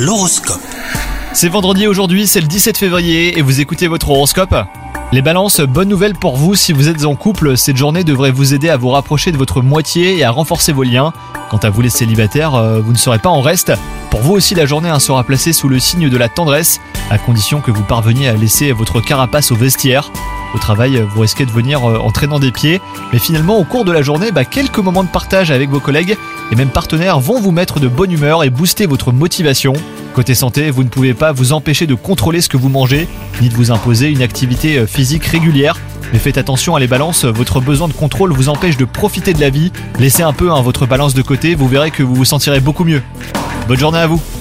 L'horoscope. C'est vendredi aujourd'hui, c'est le 17 février et vous écoutez votre horoscope. Les balances, bonne nouvelle pour vous si vous êtes en couple, cette journée devrait vous aider à vous rapprocher de votre moitié et à renforcer vos liens. Quant à vous les célibataires, vous ne serez pas en reste. Pour vous aussi la journée sera placée sous le signe de la tendresse, à condition que vous parveniez à laisser votre carapace au vestiaire. Au travail, vous risquez de venir en traînant des pieds, mais finalement au cours de la journée, quelques moments de partage avec vos collègues et même partenaires vont vous mettre de bonne humeur et booster votre motivation. Côté santé, vous ne pouvez pas vous empêcher de contrôler ce que vous mangez, ni de vous imposer une activité physique régulière. Mais faites attention à les balances, votre besoin de contrôle vous empêche de profiter de la vie. Laissez un peu votre balance de côté, vous verrez que vous vous sentirez beaucoup mieux. Bonne journée à vous.